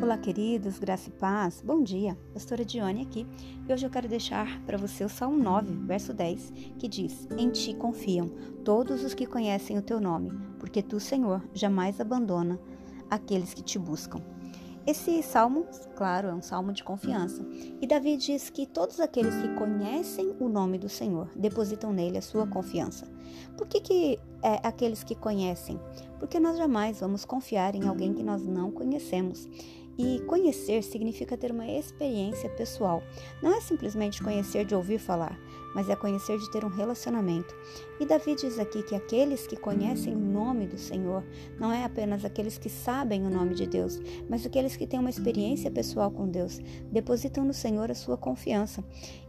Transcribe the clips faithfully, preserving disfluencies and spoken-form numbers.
Olá, queridos, graça e paz, bom dia, pastora Dione aqui, e hoje eu quero deixar para você o Salmo nove, verso dez, que diz: Em ti confiam todos os que conhecem o teu nome, porque tu, Senhor, jamais abandona aqueles que te buscam. Esse salmo, claro, é um salmo de confiança, e Davi diz que todos aqueles que conhecem o nome do Senhor depositam nele a sua confiança. Por que que é aqueles que conhecem? Porque nós jamais vamos confiar em alguém que nós não conhecemos. E conhecer significa ter uma experiência pessoal. Não é simplesmente conhecer de ouvir falar, mas é conhecer de ter um relacionamento. E Davi diz aqui que aqueles que conhecem o nome do Senhor não é apenas aqueles que sabem o nome de Deus, mas aqueles que têm uma experiência pessoal com Deus, depositam no Senhor a sua confiança.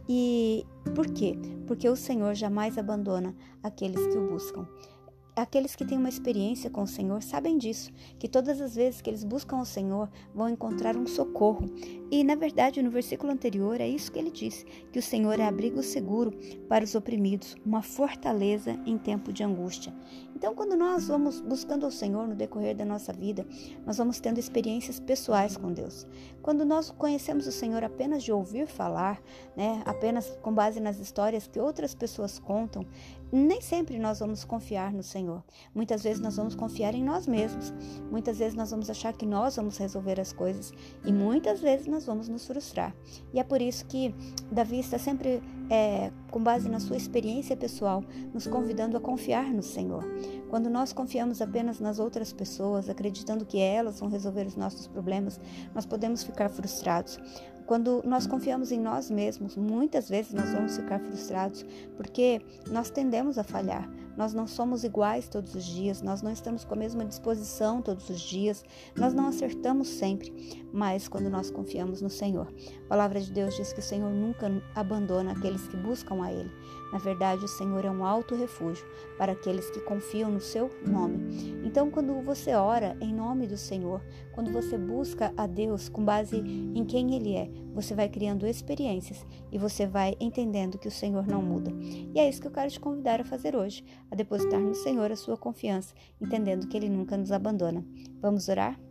E por quê? Porque o Senhor jamais abandona aqueles que o buscam. Aqueles que têm uma experiência com o Senhor sabem disso, que todas as vezes que eles buscam o Senhor vão encontrar um socorro. E, na verdade, no versículo anterior é isso que ele disse, que o Senhor é abrigo seguro para os oprimidos, uma fortaleza em tempo de angústia. Então, quando nós vamos buscando o Senhor no decorrer da nossa vida, nós vamos tendo experiências pessoais com Deus. Quando nós conhecemos o Senhor apenas de ouvir falar, né, apenas com base nas histórias que outras pessoas contam, nem sempre nós vamos confiar no Senhor. Muitas vezes nós vamos confiar em nós mesmos. Muitas vezes nós vamos achar que nós vamos resolver as coisas. E muitas vezes nós vamos nos frustrar. E é por isso que Davi está sempre, é, com base na sua experiência pessoal, nos convidando a confiar no Senhor. Quando nós confiamos apenas nas outras pessoas, acreditando que elas vão resolver os nossos problemas, nós podemos ficar frustrados. Quando nós confiamos em nós mesmos, muitas vezes nós vamos ficar frustrados, porque nós tendemos a falhar. Nós não somos iguais todos os dias, nós não estamos com a mesma disposição todos os dias, nós não acertamos sempre, mas quando nós confiamos no Senhor. A palavra de Deus diz que o Senhor nunca abandona aqueles que buscam a Ele. Na verdade, o Senhor é um alto refúgio para aqueles que confiam no seu nome. Então, quando você ora em nome do Senhor, quando você busca a Deus com base em quem Ele é, você vai criando experiências e você vai entendendo que o Senhor não muda. E é isso que eu quero te convidar a fazer hoje, a depositar no Senhor a sua confiança, entendendo que Ele nunca nos abandona. Vamos orar?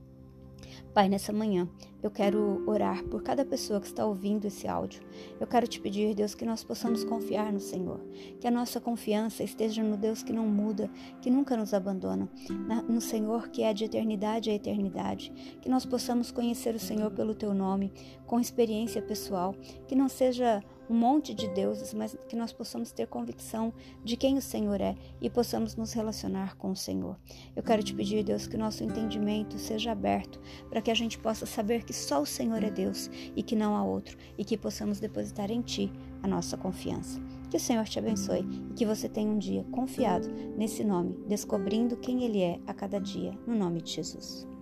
Pai, nessa manhã, eu quero orar por cada pessoa que está ouvindo esse áudio. Eu quero te pedir, Deus, que nós possamos confiar no Senhor, que a nossa confiança esteja no Deus que não muda, que nunca nos abandona, no Senhor que é de eternidade a eternidade, que nós possamos conhecer o Senhor pelo Teu nome, com experiência pessoal, que não seja um monte de deuses, mas que nós possamos ter convicção de quem o Senhor é e possamos nos relacionar com o Senhor. Eu quero te pedir, Deus, que o nosso entendimento seja aberto para que a gente possa saber que só o Senhor é Deus e que não há outro, e que possamos depositar em Ti a nossa confiança. Que o Senhor te abençoe e que você tenha um dia confiado nesse nome, descobrindo quem Ele é a cada dia, no nome de Jesus.